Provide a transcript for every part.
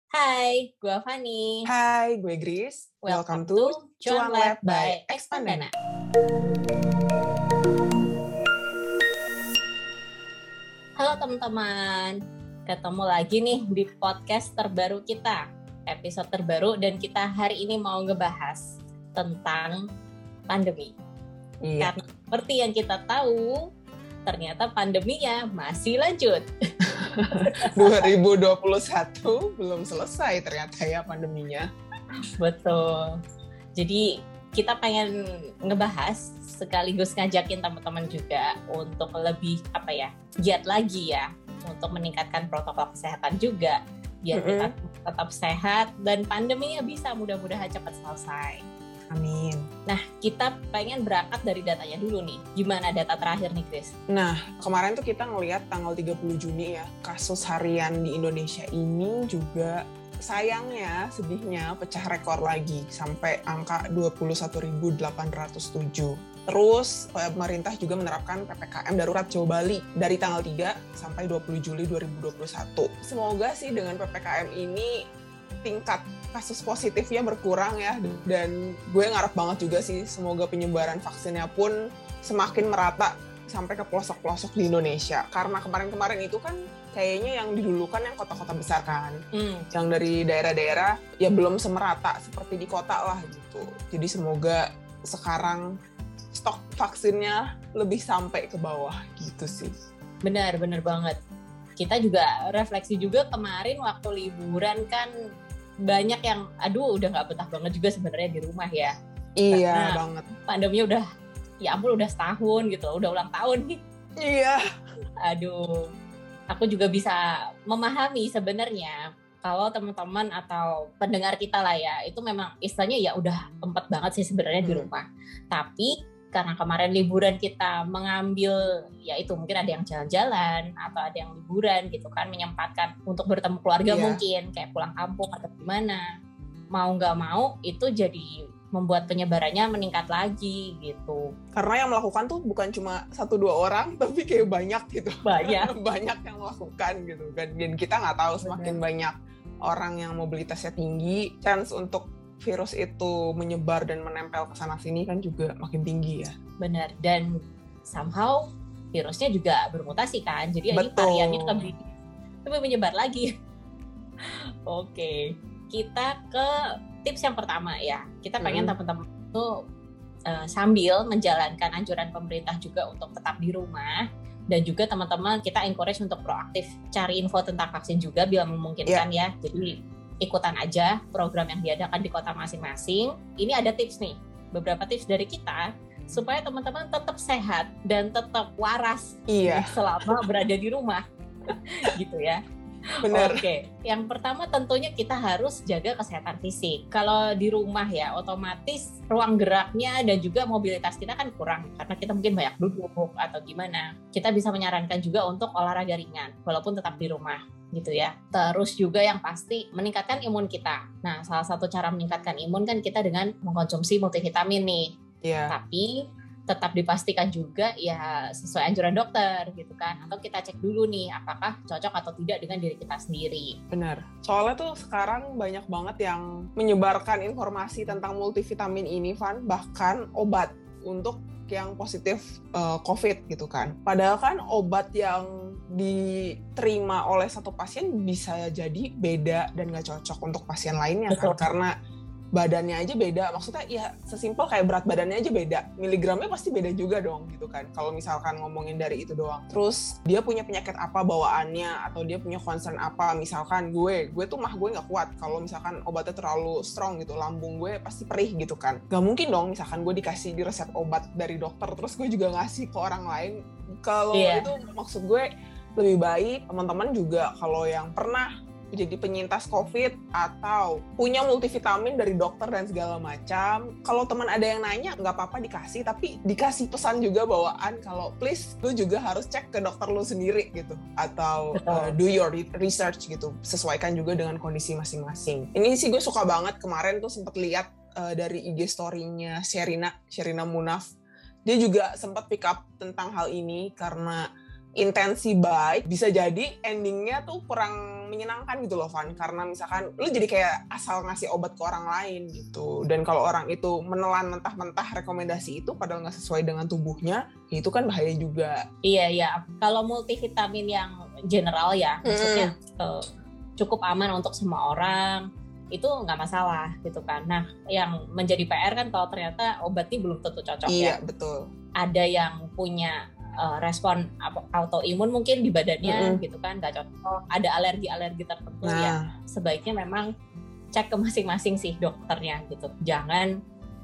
Hai, gue Fani. Hai, gue Grace. Welcome to Cuan Lab by Expandana. Halo teman-teman, ketemu lagi nih di podcast terbaru kita, episode terbaru, dan kita hari ini mau ngebahas tentang pandemi. Iya. Karena seperti yang kita tahu, ternyata pandeminya masih lanjut. 2021 belum selesai ternyata ya pandeminya. Betul. Jadi kita pengen ngebahas sekaligus ngajakin teman-teman juga untuk lebih giat lagi ya untuk meningkatkan protokol kesehatan juga biar kita tetap sehat dan pandeminya bisa mudah-mudahan cepat selesai. Amin. Nah, kita pengen berangkat dari datanya dulu nih. Gimana data terakhir nih, Chris? Nah, kemarin tuh kita ngelihat tanggal 30 Juni ya, kasus harian di Indonesia ini juga sayangnya, sedihnya pecah rekor lagi sampai angka 21.807. Terus pemerintah juga menerapkan PPKM darurat Jawa Bali dari tanggal 3 sampai 20 Juli 2021. Semoga sih dengan PPKM ini tingkat kasus positifnya berkurang ya, dan gue ngarep banget juga sih semoga penyebaran vaksinnya pun semakin merata sampai ke pelosok-pelosok di Indonesia, karena kemarin-kemarin itu kan kayaknya yang didulukan yang kota-kota besar kan, yang dari daerah-daerah ya belum semerata seperti di kota lah gitu. Jadi semoga sekarang stok vaksinnya lebih sampai ke bawah gitu sih. Benar banget. Kita juga refleksi juga kemarin waktu liburan kan banyak yang udah nggak betah banget juga sebenarnya di rumah ya. Iya banget. Pandeminya udah udah setahun gitu, udah ulang tahun nih. Iya. Aduh, aku juga bisa memahami sebenarnya kalau teman-teman atau pendengar kita lah ya, itu memang istilahnya ya udah empat banget sih sebenarnya di rumah. Tapi karena kemarin liburan kita mengambil, ya itu mungkin ada yang jalan-jalan atau ada yang liburan gitu kan, menyempatkan untuk bertemu keluarga mungkin, kayak pulang kampung atau gimana. Mau nggak mau itu jadi membuat penyebarannya meningkat lagi gitu. Karena yang melakukan tuh bukan cuma 1-2 orang, tapi kayak banyak gitu. Banyak yang melakukan gitu kan. Dan kita nggak tahu semakin banyak orang yang mobilitasnya tinggi, chance untuk virus itu menyebar dan menempel ke sana sini kan juga makin tinggi ya. Benar, dan somehow virusnya juga bermutasi kan, jadi ini variannya lebih menyebar lagi. Oke, kita ke tips yang pertama ya. Kita pengen teman-teman tuh sambil menjalankan anjuran pemerintah juga untuk tetap di rumah, dan juga teman-teman kita encourage untuk proaktif cari info tentang vaksin juga bila memungkinkan ya. Jadi ikutan aja program yang diadakan di kota masing-masing. Ini ada tips nih, beberapa tips dari kita supaya teman-teman tetap sehat dan tetap waras selama berada di rumah. Gitu ya. Benar. Oke, yang pertama tentunya kita harus jaga kesehatan fisik. Kalau di rumah ya otomatis ruang geraknya dan juga mobilitas kita kan kurang karena kita mungkin banyak duduk atau gimana. Kita bisa menyarankan juga untuk olahraga ringan walaupun tetap di rumah gitu ya. Terus juga yang pasti meningkatkan imun kita. Nah, salah satu cara meningkatkan imun kan kita dengan mengkonsumsi multivitamin nih. Tapi tetap dipastikan juga ya sesuai anjuran dokter gitu kan, atau kita cek dulu nih apakah cocok atau tidak dengan diri kita sendiri. Benar, soalnya tuh sekarang banyak banget yang menyebarkan informasi tentang multivitamin ini, Van, bahkan obat untuk yang positif COVID gitu kan. Padahal kan obat yang diterima oleh satu pasien bisa jadi beda dan gak cocok untuk pasien lainnya. Kan? Karena badannya aja beda, maksudnya ya sesimpel kayak berat badannya aja beda, miligramnya pasti beda juga dong gitu kan, kalau misalkan ngomongin dari itu doang. Terus dia punya penyakit apa bawaannya, atau dia punya concern apa, misalkan gue tuh mah gue gak kuat kalau misalkan obatnya terlalu strong gitu, lambung gue pasti perih gitu kan, gak mungkin dong misalkan gue dikasih di resep obat dari dokter terus gue juga ngasih ke orang lain. Kalau itu maksud gue lebih baik teman-teman juga kalau yang pernah jadi penyintas COVID atau punya multivitamin dari dokter dan segala macam, kalau teman ada yang nanya nggak apa-apa dikasih, tapi dikasih pesan juga bawaan kalau please lu juga harus cek ke dokter lu sendiri gitu, atau do your research gitu, sesuaikan juga dengan kondisi masing-masing. Ini sih gue suka banget, kemarin tuh sempat lihat dari IG story-nya Sherina Munaf, dia juga sempat pick up tentang hal ini karena intensi baik, bisa jadi endingnya tuh kurang menyenangkan gitu loh Van, karena misalkan lu jadi kayak asal ngasih obat ke orang lain gitu, dan kalau orang itu menelan mentah-mentah rekomendasi itu padahal nggak sesuai dengan tubuhnya, ya itu kan bahaya juga. Iya, kalau multivitamin yang general ya, maksudnya cukup aman untuk semua orang, itu nggak masalah gitu kan. Nah, yang menjadi PR kan kalau ternyata obat ini belum tentu cocok ya. Iya, betul. Ada yang punya respon autoimun mungkin di badannya gitu kan, nggak cocok. Ada alergi tertentu ya. Sebaiknya memang cek ke masing-masing sih dokternya gitu. Jangan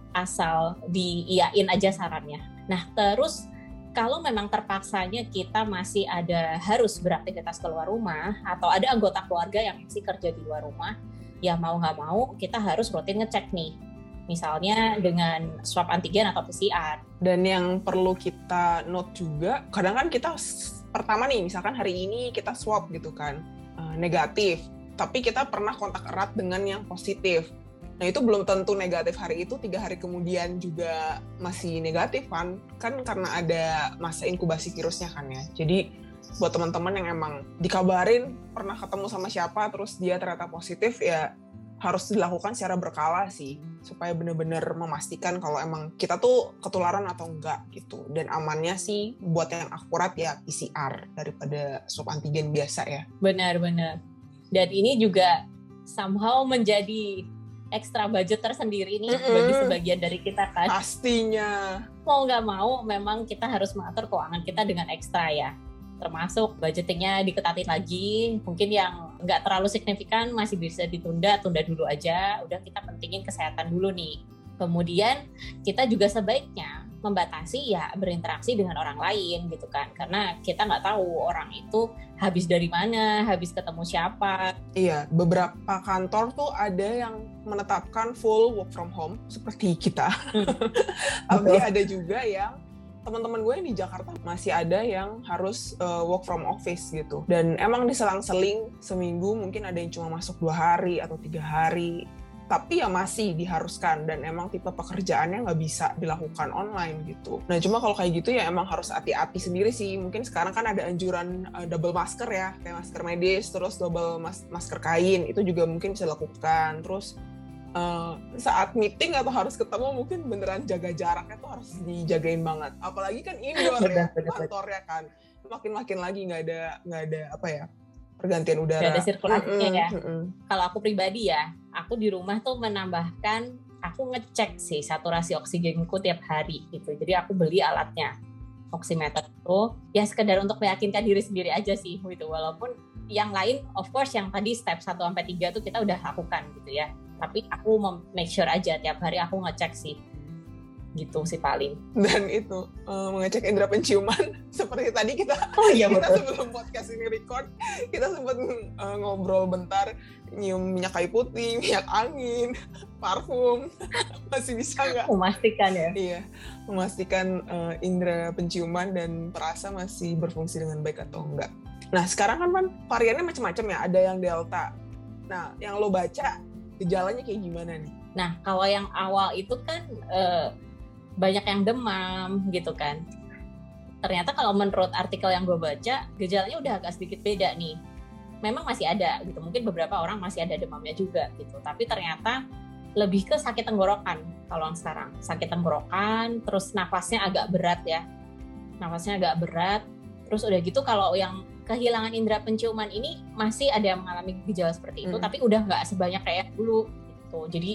asal diiyain aja sarannya. Nah, terus kalau memang terpaksanya kita masih harus beraktivitas keluar rumah atau ada anggota keluarga yang masih kerja di luar rumah, ya mau nggak mau kita harus rutin ngecek nih. Misalnya dengan swab antigen atau PCR. Dan yang perlu kita note juga, kadang kan kita pertama nih, misalkan hari ini kita swab gitu kan, negatif, tapi kita pernah kontak erat dengan yang positif. Nah itu belum tentu negatif hari itu, 3 hari kemudian juga masih negatif kan karena ada masa inkubasi virusnya kan ya. Jadi buat teman-teman yang emang dikabarin pernah ketemu sama siapa terus dia ternyata positif, ya harus dilakukan secara berkala sih, supaya benar-benar memastikan kalau emang kita tuh ketularan atau enggak gitu. Dan amannya sih buat yang akurat ya PCR daripada swab antigen biasa ya. Benar-benar. Dan ini juga somehow menjadi extra budget tersendiri nih bagi sebagian dari kita kan. Pastinya. Mau nggak mau memang kita harus mengatur keuangan kita dengan ekstra ya. Termasuk budgetingnya diketatin lagi, mungkin yang nggak terlalu signifikan masih bisa tunda dulu aja, udah kita pentingin kesehatan dulu nih. Kemudian kita juga sebaiknya membatasi ya berinteraksi dengan orang lain gitu kan, karena kita nggak tahu orang itu habis dari mana, habis ketemu siapa. Iya, beberapa kantor tuh ada yang menetapkan full work from home seperti kita, tapi ada juga yang teman-teman gue yang di Jakarta masih ada yang harus work from office gitu. Dan emang diselang-seling seminggu mungkin ada yang cuma masuk 2 hari atau 3 hari. Tapi ya masih diharuskan dan emang tipe pekerjaannya nggak bisa dilakukan online gitu. Nah cuma kalau kayak gitu ya emang harus hati-hati sendiri sih. Mungkin sekarang kan ada anjuran double masker ya, kayak masker medis, terus double masker kain, itu juga mungkin bisa dilakukan. Terus saat meeting atau harus ketemu mungkin beneran jaga jaraknya tuh harus dijagain banget. Apalagi kan indoor ya, kantornya kan. Makin lagi nggak ada apa ya, pergantian udara. Nggak ada sirkulasinya ya. Kalau aku pribadi ya, aku di rumah tuh menambahkan, aku ngecek sih saturasi oksigenku tiap hari gitu. Jadi aku beli alatnya, oximeter itu, ya sekedar untuk meyakinkan diri sendiri aja sih gitu. Walaupun yang lain, of course yang tadi step 1-3 tuh kita udah lakukan gitu ya. Tapi aku make sure aja tiap hari aku ngecek sih, gitu sih paling. Dan itu mengecek indera penciuman seperti tadi kita sebelum podcast ini record kita sempat ngobrol bentar, nyium minyak kayu putih, minyak angin, parfum, masih bisa nggak? Memastikan ya. Iya, memastikan indera penciuman dan perasa masih berfungsi dengan baik atau enggak. Nah sekarang kan variannya macam-macam ya, ada yang delta. Nah yang lo baca gejalanya kayak gimana nih? Nah kalau yang awal itu kan banyak yang demam gitu kan. Ternyata kalau menurut artikel yang gue baca, gejalanya udah agak sedikit beda nih. Memang masih ada gitu, mungkin beberapa orang masih ada demamnya juga gitu. Tapi ternyata lebih ke sakit tenggorokan kalau yang sekarang. Sakit tenggorokan, terus nafasnya agak berat ya. Nafasnya agak berat. Terus udah gitu kalau yang kehilangan indera penciuman ini masih ada yang mengalami gejala seperti itu, tapi udah nggak sebanyak kayak dulu gitu. Jadi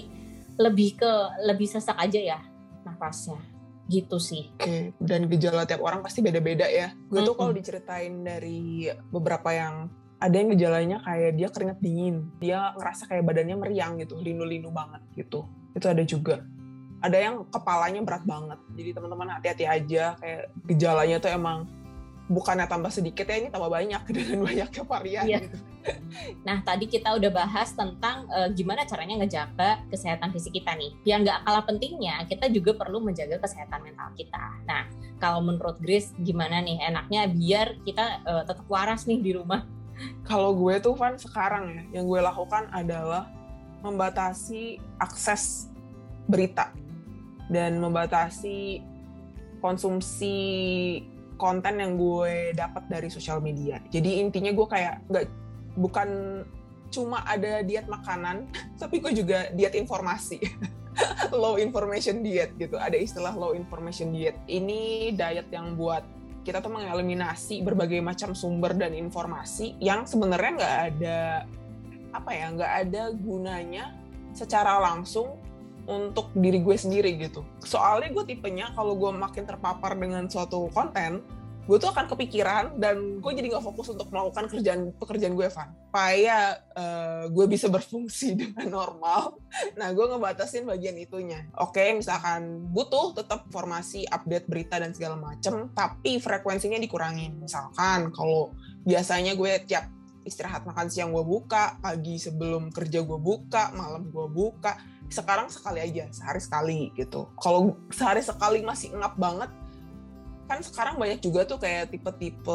lebih sesak aja ya nafasnya gitu sih. Oke. Dan gejala tiap orang pasti beda-beda ya. Gue tuh kalau diceritain dari beberapa yang ada yang gejalanya kayak dia keringat dingin, dia ngerasa kayak badannya meriang gitu, linu-linu banget gitu. Itu ada juga. Ada yang kepalanya berat banget. Jadi teman-teman hati-hati aja, kayak gejalanya tuh emang bukannya tambah sedikit ya, ini tambah banyak dengan banyaknya varian gitu. Nah tadi kita udah bahas tentang gimana caranya ngejaga kesehatan fisik kita nih. Yang nggak kalah pentingnya, kita juga perlu menjaga kesehatan mental kita. Nah kalau menurut Grace gimana nih enaknya biar kita tetap waras nih di rumah? Kalau gue tuh Van sekarang ya, yang gue lakukan adalah membatasi akses berita dan membatasi konsumsi konten yang gue dapat dari sosial media. Jadi intinya gue kayak bukan cuma ada diet makanan, tapi gue juga diet informasi. Low information diet gitu. Ada istilah low information diet. Ini diet yang buat kita tuh mengeliminasi berbagai macam sumber dan informasi yang sebenarnya nggak ada gunanya secara langsung untuk diri gue sendiri gitu. Soalnya gue tipenya kalau gue makin terpapar dengan suatu konten, gue tuh akan kepikiran dan gue jadi nggak fokus untuk melakukan pekerjaan gue, Van. Supaya gue bisa berfungsi dengan normal. Nah, gue ngebatasin bagian itunya. Oke, misalkan butuh tetap informasi, update berita dan segala macem, tapi frekuensinya dikurangin. Misalkan kalau biasanya gue tiap istirahat makan siang gue buka, pagi sebelum kerja gue buka, malam gue buka. Sekarang sekali aja, sehari sekali gitu. Kalau sehari sekali masih ngap banget, kan sekarang banyak juga tuh kayak tipe-tipe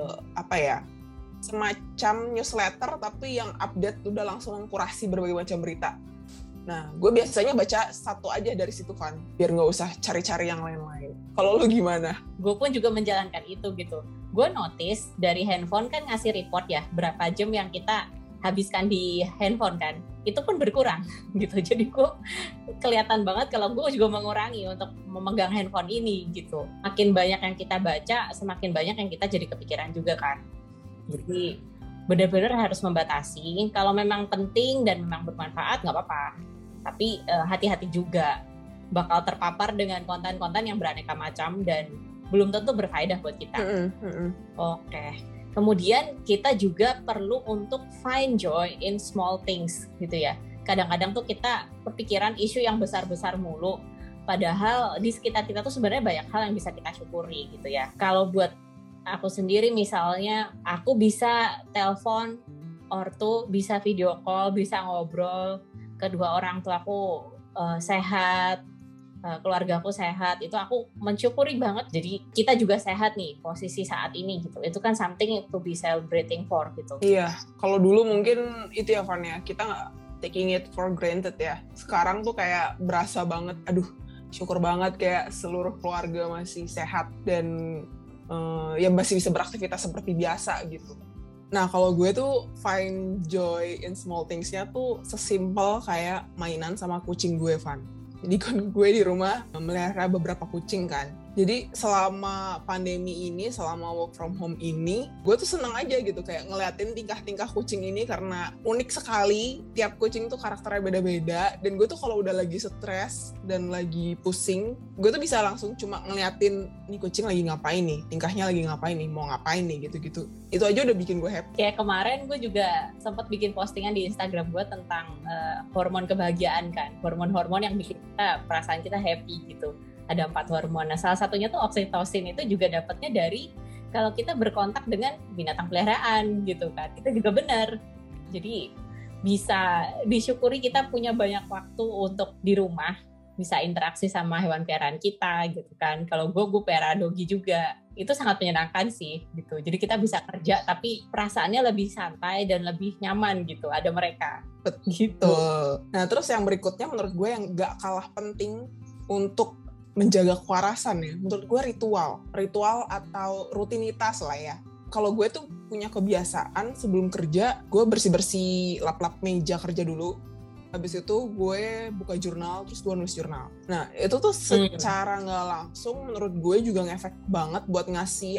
semacam newsletter tapi yang update udah langsung mengkurasi berbagai macam berita. Nah, gue biasanya baca satu aja dari situ, Van, biar nggak usah cari-cari yang lain-lain. Kalau lu gimana? Gue pun juga menjalankan itu gitu. Gue notice dari handphone kan ngasih report ya berapa jam yang kita habiskan di handphone kan, itu pun berkurang gitu. Jadi gue kelihatan banget kalau gue juga mengurangi untuk memegang handphone ini gitu. Makin banyak yang kita baca, semakin banyak yang kita jadi kepikiran juga kan. Jadi benar-benar harus membatasi. Kalau memang penting dan memang bermanfaat nggak apa-apa. Tapi hati-hati juga, bakal terpapar dengan konten-konten yang beraneka macam dan belum tentu berfaedah buat kita. Oke. Kemudian kita juga perlu untuk find joy in small things gitu ya. Kadang-kadang tuh kita kepikiran isu yang besar-besar mulu, padahal di sekitar kita tuh sebenarnya banyak hal yang bisa kita syukuri gitu ya. Kalau buat aku sendiri misalnya, aku bisa telepon ortu, bisa video call, bisa ngobrol, kedua orang tua aku sehat, keluarga aku sehat, itu aku mensyukuri banget. Jadi kita juga sehat nih posisi saat ini gitu. Itu kan something to be celebrating for gitu. Iya, kalau dulu mungkin itu ya, Van ya, kita nggak taking it for granted ya. Sekarang tuh kayak berasa banget, aduh syukur banget kayak seluruh keluarga masih sehat dan ya masih bisa beraktivitas seperti biasa gitu. Nah, kalau gue tuh find joy in small things-nya tuh sesimpel kayak mainan sama kucing gue, Van. Jadi kan gue di rumah melihara beberapa kucing kan. Jadi selama pandemi ini, selama work from home ini, gue tuh seneng aja gitu kayak ngeliatin tingkah-tingkah kucing ini karena unik sekali. Tiap kucing tuh karakternya beda-beda. Dan gue tuh kalau udah lagi stres dan lagi pusing, gue tuh bisa langsung cuma ngeliatin nih kucing lagi ngapain nih, tingkahnya lagi ngapain nih, mau ngapain nih gitu-gitu. Itu aja udah bikin gue happy. Kayak kemarin gue juga sempat bikin postingan di Instagram gue tentang hormon kebahagiaan kan. Hormon-hormon yang bikin kita, perasaan kita happy gitu. Ada 4 hormon. Nah, salah satunya tuh oksitosin, itu juga dapatnya dari kalau kita berkontak dengan binatang peliharaan gitu kan. Itu juga benar. Jadi bisa disyukuri kita punya banyak waktu untuk di rumah, bisa interaksi sama hewan peliharaan kita gitu kan. Kalau gue pelihara dogi juga. Itu sangat menyenangkan sih gitu. Jadi kita bisa kerja tapi perasaannya lebih santai dan lebih nyaman gitu. Ada mereka. Gitu. Nah, terus yang berikutnya menurut gue yang gak kalah penting untuk menjaga kewarasan ya, menurut gue ritual atau rutinitas lah ya. Kalau gue tuh punya kebiasaan sebelum kerja, gue bersih-bersih lap-lap meja kerja dulu. Habis itu gue buka jurnal, terus gue nulis jurnal. Nah, itu tuh secara nggak langsung menurut gue juga ngefek banget buat ngasih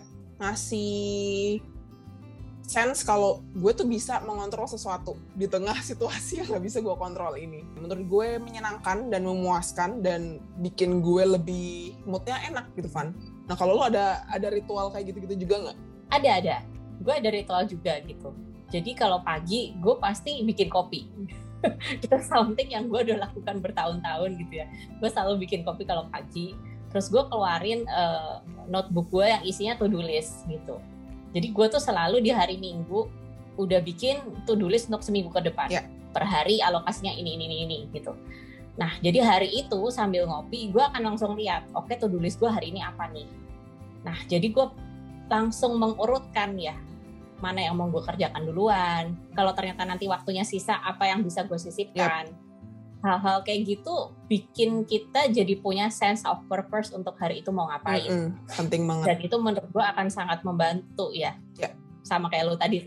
sense kalau gue tuh bisa mengontrol sesuatu di tengah situasi yang gak bisa gue kontrol ini. Menurut gue menyenangkan dan memuaskan dan bikin gue lebih moodnya enak gitu, Van. Nah, kalau lo ada ritual kayak gitu-gitu juga nggak? Ada. Gue ada ritual juga gitu. Jadi kalau pagi gue pasti bikin kopi. Itu something yang gue udah lakukan bertahun-tahun gitu ya. Gue selalu bikin kopi kalau pagi. Terus gue keluarin notebook gue yang isinya to-do list gitu. Jadi gue tuh selalu di hari Minggu udah bikin to-do list untuk seminggu ke depan. Yeah. Per hari alokasinya ini gitu. Nah, jadi hari itu sambil ngopi gue akan langsung lihat, oke, to-do list gue hari ini apa nih. Nah, jadi gue langsung mengurutkan ya, mana yang mau gue kerjakan duluan. Kalau ternyata nanti waktunya sisa, apa yang bisa gue sisipkan. Yeah. Hal-hal kayak gitu bikin kita jadi punya sense of purpose untuk hari itu mau ngapain. Penting banget. Dan itu menurut gue akan sangat membantu ya. Sama kayak lo tadi sih.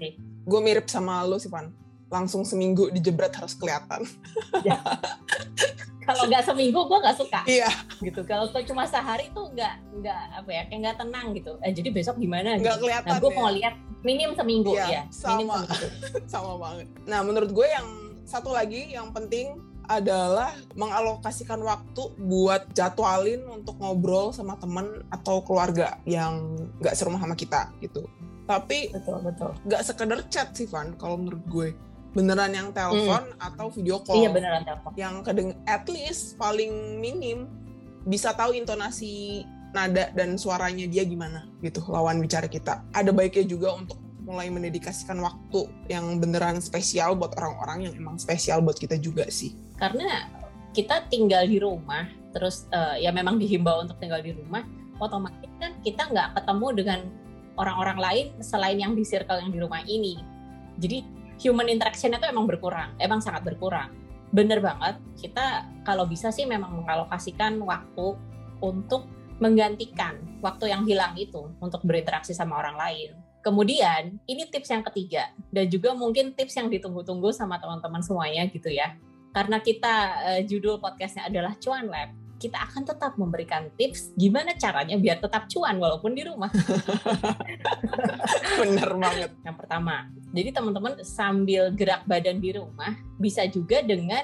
Gue mirip sama lo sih, Van. Langsung seminggu dijebret harus kelihatan. Ya. Kalau nggak seminggu gue nggak suka. Iya. Gitu. Kalau cuma sehari tuh nggak apa ya, kayak nggak tenang gitu. Jadi besok gimana? Nggak gitu. kelihatan. Nah, gue mau lihat minim seminggu ya. Sama. Sama banget. Nah, menurut gue yang satu lagi yang penting adalah mengalokasikan waktu buat jadwalin untuk ngobrol sama teman atau keluarga yang nggak serumah sama kita gitu. Tapi betul. Nggak sekedar chat sih, Van, kalau menurut gue. Beneran yang telepon atau video call. Iya, beneran telepon. Yang at least paling minim bisa tahu intonasi nada dan suaranya dia gimana gitu, lawan bicara kita. Ada baiknya juga untuk mulai mendedikasikan waktu yang beneran spesial buat orang-orang yang emang spesial buat kita juga sih. Karena kita tinggal di rumah, terus ya memang dihimbau untuk tinggal di rumah, otomatis kan kita nggak ketemu dengan orang-orang lain selain yang di circle yang di rumah ini. Jadi human interaction itu emang sangat berkurang. Bener banget, kita kalau bisa sih memang mengalokasikan waktu untuk menggantikan waktu yang hilang itu untuk berinteraksi sama orang lain. Kemudian, ini tips yang ketiga, dan juga mungkin tips yang ditunggu-tunggu sama teman-teman semuanya gitu ya. Karena kita judul podcastnya adalah Cuan Lab, kita akan tetap memberikan tips gimana caranya biar tetap cuan walaupun di rumah. Bener banget. Yang pertama, jadi teman-teman sambil gerak badan di rumah, bisa juga dengan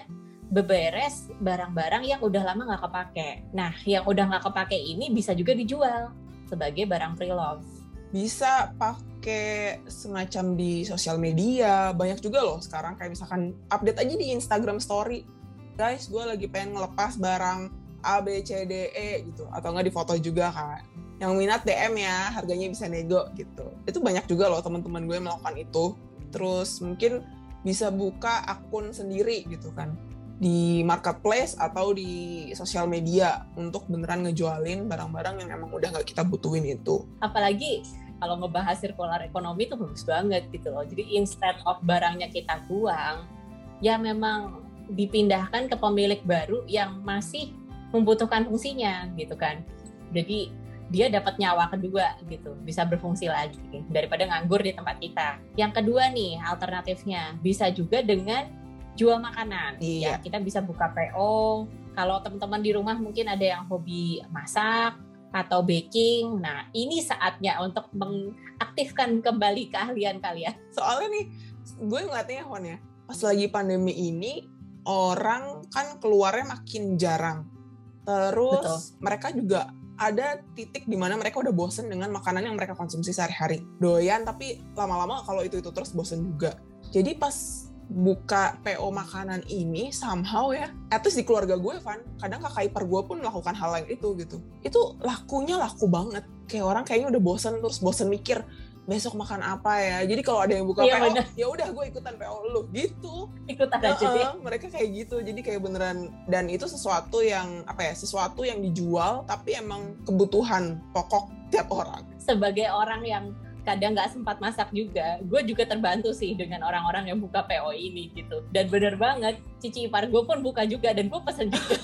beberes barang-barang yang udah lama nggak kepake. Nah, yang udah nggak kepake ini bisa juga dijual sebagai barang pre-love. Bisa pakai semacam di sosial media, banyak juga loh sekarang, kayak misalkan update aja di Instagram story. Guys, gue lagi pengen ngelepas barang A, B, C, D, E gitu. Atau nggak di foto juga kan. Yang minat DM ya, harganya bisa nego gitu. Itu banyak juga loh teman-teman gue melakukan itu. Terus mungkin bisa buka akun sendiri gitu kan. Di marketplace atau di sosial media untuk beneran ngejualin barang-barang yang emang udah nggak kita butuhin itu. Apalagi kalau ngebahas circular ekonomi itu bagus banget gitu loh. Jadi instead of barangnya kita buang, ya memang dipindahkan ke pemilik baru yang masih membutuhkan fungsinya gitu kan. Jadi dia dapat nyawa kedua gitu, bisa berfungsi lagi daripada nganggur di tempat kita. Yang kedua nih alternatifnya bisa juga dengan jual makanan. Iya. Ya, kita bisa buka PO. Kalau teman-teman di rumah mungkin ada yang hobi masak atau baking. Nah, ini saatnya untuk mengaktifkan kembali keahlian kalian. Soalnya nih, gue ngeliatnya Hon ya, pas lagi pandemi ini orang kan keluarnya makin jarang. Terus betul, mereka juga ada titik di mana mereka udah bosen dengan makanan yang mereka konsumsi sehari-hari. Doyan, tapi lama-lama kalau itu terus bosen juga. Jadi pas buka PO makanan ini somehow ya, at least di keluarga gue, Van, kadang kakak ipar gue pun melakukan hal yang itu gitu. Itu laku banget. Kayak orang kayaknya udah bosen mikir besok makan apa ya. Jadi kalau ada yang buka PO, ya udah gue ikutan PO lu gitu. Ikutan aja deh. Mereka kayak gitu. Jadi kayak beneran, dan itu sesuatu yang sesuatu yang dijual tapi emang kebutuhan pokok tiap orang. Sebagai orang yang kadang nggak sempat masak juga, gue juga terbantu sih dengan orang-orang yang buka PO ini gitu. Dan bener banget, cici ipar gue pun buka juga dan gue pesen juga.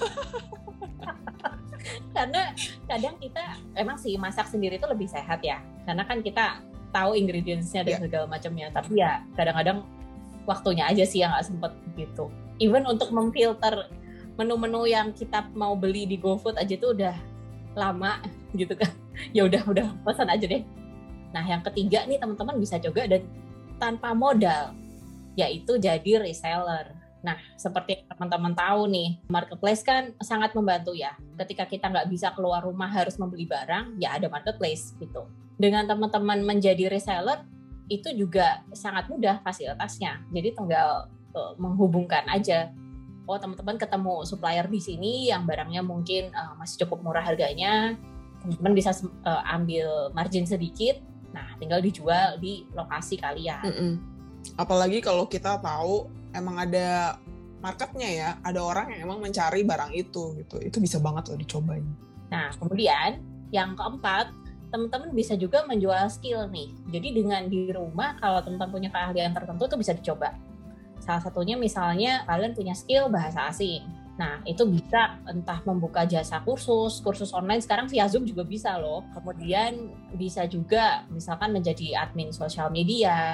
Karena kadang kita emang sih masak sendiri itu lebih sehat ya, karena kan kita tahu ingredients-nya dan segala macamnya. Tapi ya kadang-kadang waktunya aja sih yang nggak sempet gitu. Even untuk memfilter menu-menu yang kita mau beli di GoFood aja tuh udah lama gitu kan. Ya udah pesan aja deh. Nah, yang ketiga nih teman-teman bisa juga dan tanpa modal, yaitu jadi reseller. Nah, seperti teman-teman tahu nih, marketplace kan sangat membantu ya. Ketika kita nggak bisa keluar rumah harus membeli barang, ya ada marketplace gitu. Dengan teman-teman menjadi reseller, itu juga sangat mudah fasilitasnya. Jadi tinggal menghubungkan aja. Oh, teman-teman ketemu supplier di sini yang barangnya mungkin masih cukup murah harganya, teman-teman bisa ambil margin sedikit. Nah, tinggal dijual di lokasi kalian. Apalagi kalau kita tahu emang ada marketnya ya, ada orang yang emang mencari barang itu gitu. Itu bisa banget loh dicobain. Nah, kemudian yang keempat, teman-teman bisa juga menjual skill nih. Jadi dengan di rumah kalau teman-teman punya keahlian tertentu itu bisa dicoba. Salah satunya misalnya kalian punya skill bahasa asing. Nah, itu bisa entah membuka jasa kursus online sekarang via Zoom juga bisa loh. Kemudian bisa juga misalkan menjadi admin sosial media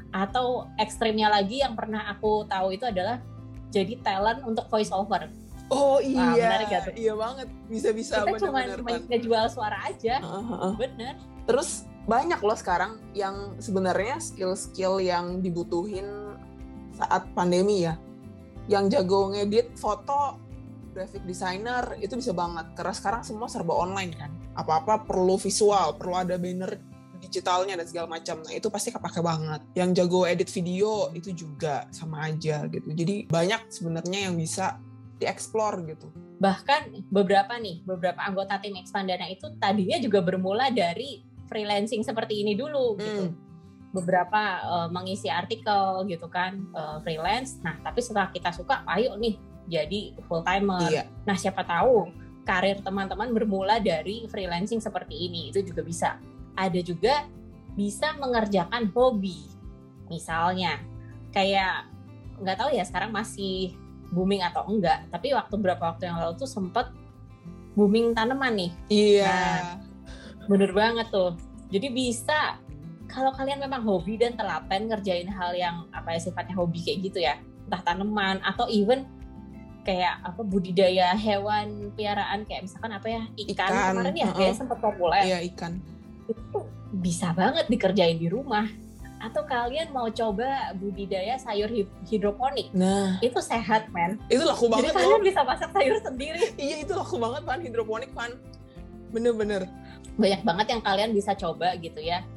Atau ekstrimnya lagi yang pernah aku tahu itu adalah jadi talent untuk voice over. Oh iya, menarik gak tuh? Iya banget, bisa-bisa kita cuma ngejual suara aja. Bener. Terus banyak loh sekarang yang sebenarnya skill-skill yang dibutuhin saat pandemi ya, yang jago ngedit foto, graphic designer itu bisa banget, karena sekarang semua serba online kan, apa-apa perlu visual, perlu ada banner digitalnya dan segala macam. Nah itu pasti kepake banget. Yang jago edit video itu juga sama aja gitu. Jadi banyak sebenarnya yang bisa dieksplor gitu. Bahkan beberapa anggota tim Expandana itu tadinya juga bermula dari freelancing seperti ini dulu gitu. Beberapa mengisi artikel gitu kan, freelance. Nah tapi setelah kita suka, ayo nih jadi full timer. Iya. Nah siapa tahu karir teman-teman bermula dari freelancing seperti ini, itu juga bisa. Ada juga bisa mengerjakan hobi, misalnya kayak nggak tahu ya sekarang masih booming atau enggak, tapi beberapa waktu yang lalu tuh sempet booming tanaman nih. Iya. Nah, bener banget tuh. Jadi bisa kalau kalian memang hobi dan telaten ngerjain hal yang sifatnya hobi kayak gitu ya, entah tanaman atau even kayak budidaya hewan piaraan kayak misalkan ikan kemarin ya kayak sempat populer. Iya, ikan. Itu bisa banget dikerjain di rumah. Atau kalian mau coba budidaya sayur hidroponik. Nah, itu sehat, man. Itu laku banget. Jadi kalian bisa masak sayur sendiri. Iya, itu laku banget, Pan, hidroponik, Pan. Bener-bener. Banyak banget yang kalian bisa coba gitu ya.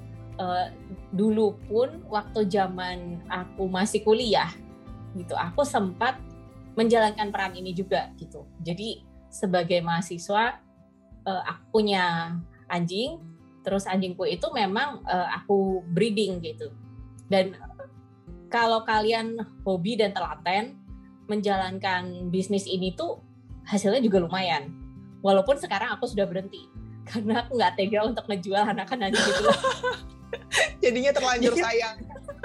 Dulu pun waktu zaman aku masih kuliah gitu, aku sempat menjalankan peran ini juga gitu. Jadi sebagai mahasiswa, aku punya anjing. Terus anjingku itu memang aku breeding gitu. Dan kalau kalian hobi dan telaten menjalankan bisnis ini tuh hasilnya juga lumayan. Walaupun sekarang aku sudah berhenti karena aku nggak tega untuk ngejual anakan anjing gitu. Jadinya terlanjur sayang.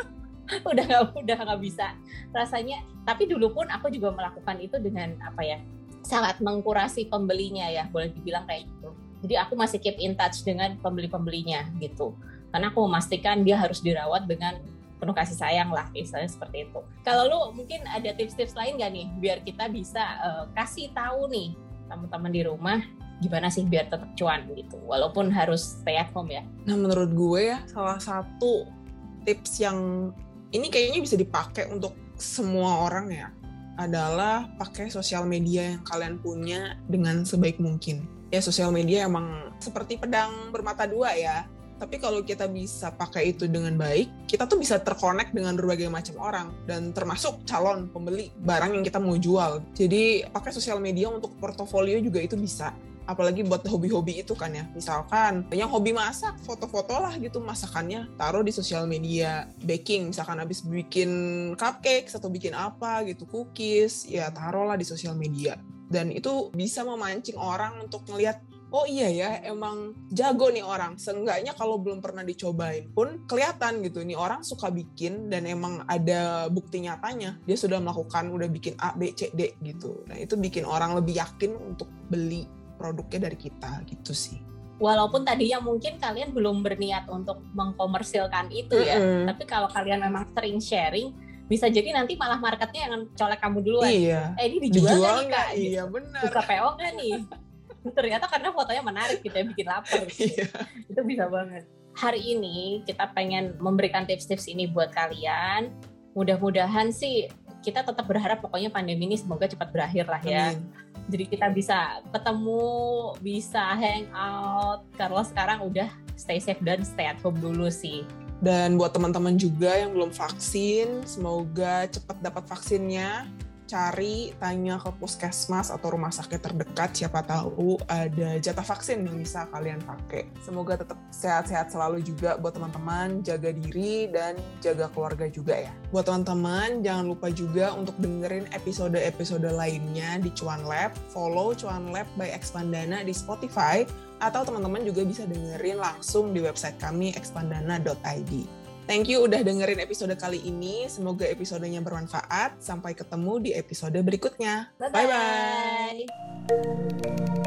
udah nggak bisa rasanya. Tapi dulu pun aku juga melakukan itu dengan sangat mengkurasi pembelinya ya, boleh dibilang kayak gitu. Jadi aku masih keep in touch dengan pembeli-pembelinya gitu. Karena aku memastikan dia harus dirawat dengan penuh kasih sayang lah, misalnya seperti itu. Kalau lu mungkin ada tips-tips lain gak nih biar kita bisa kasih tahu nih teman-teman di rumah gimana sih biar tetap cuan gitu, walaupun harus stay at home ya. Nah menurut gue ya, salah satu tips yang ini kayaknya bisa dipakai untuk semua orang ya, adalah pakai sosial media yang kalian punya dengan sebaik mungkin. Ya sosial media emang seperti pedang bermata dua ya, tapi kalau kita bisa pakai itu dengan baik, kita tuh bisa terkonek dengan berbagai macam orang, dan termasuk calon pembeli barang yang kita mau jual. Jadi pakai sosial media untuk portofolio juga itu bisa, apalagi buat hobi-hobi itu kan ya. Misalkan yang hobi masak, foto-foto lah gitu masakannya, taruh di sosial media. Baking, misalkan habis bikin cupcakes atau bikin apa gitu, cookies, ya taruhlah di sosial media. Dan itu bisa memancing orang untuk ngelihat, oh iya ya, emang jago nih orang. Seenggaknya kalau belum pernah dicobain pun kelihatan gitu, nih orang suka bikin dan emang ada bukti nyatanya. Dia sudah melakukan, udah bikin A, B, C, D gitu. Nah itu bikin orang lebih yakin untuk beli produknya dari kita gitu sih. Walaupun tadinya mungkin kalian belum berniat untuk mengkomersilkan itu ya, tapi kalau kalian memang sering sharing, bisa jadi nanti malah marketnya yang colek kamu duluan. Iya. Ini dijual nggak? Gitu. Iya benar. Buka PO nggak nih? Ternyata karena fotonya menarik gitu ya, bikin lapar. Iya. Itu bisa banget. Hari ini kita pengen memberikan tips-tips ini buat kalian. Mudah-mudahan sih kita tetap berharap pokoknya pandemi ini semoga cepat berakhir lah ya. Amin. Jadi kita bisa ketemu, bisa hang out. Karena sekarang udah stay safe dan stay at home dulu sih. Dan buat teman-teman juga yang belum vaksin, semoga cepat dapat vaksinnya. Tanya ke puskesmas atau rumah sakit terdekat, siapa tahu ada jatah vaksin yang bisa kalian pakai. Semoga tetap sehat-sehat selalu juga buat teman-teman, jaga diri dan jaga keluarga juga ya. Buat teman-teman, jangan lupa juga untuk dengerin episode-episode lainnya di Cuan Lab, follow Cuan Lab by Expandana di Spotify, atau teman-teman juga bisa dengerin langsung di website kami expandana.id. Thank you udah dengerin episode kali ini. Semoga episodenya bermanfaat. Sampai ketemu di episode berikutnya. Bye-bye.